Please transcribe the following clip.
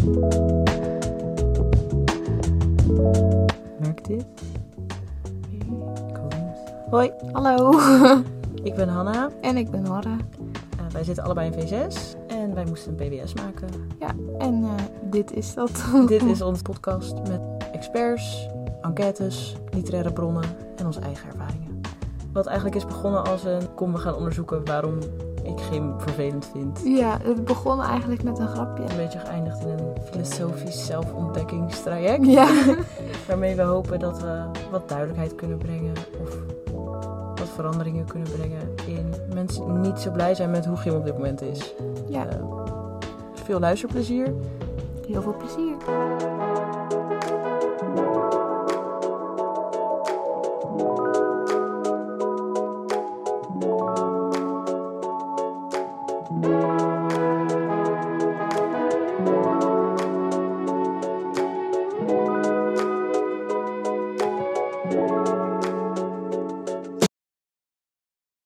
Werkt dit? Hoi, Hallo. ik ben Hanna. En ik ben Nora. Wij zitten allebei in V6 en wij moesten een PBS maken. Ja, en dit is dat. Dit is onze podcast met experts, enquêtes, literaire bronnen en onze eigen ervaringen. Wat eigenlijk is begonnen als we gaan onderzoeken waarom ik gym vervelend vind. Ja, het begon eigenlijk met een grapje. Een beetje geëindigd in een filosofisch zelfontdekkingstraject. Ja. Waarmee we hopen dat we wat duidelijkheid kunnen brengen of wat veranderingen kunnen brengen in mensen die niet zo blij zijn met hoe gym op dit moment is. Ja. Veel luisterplezier. Heel veel plezier.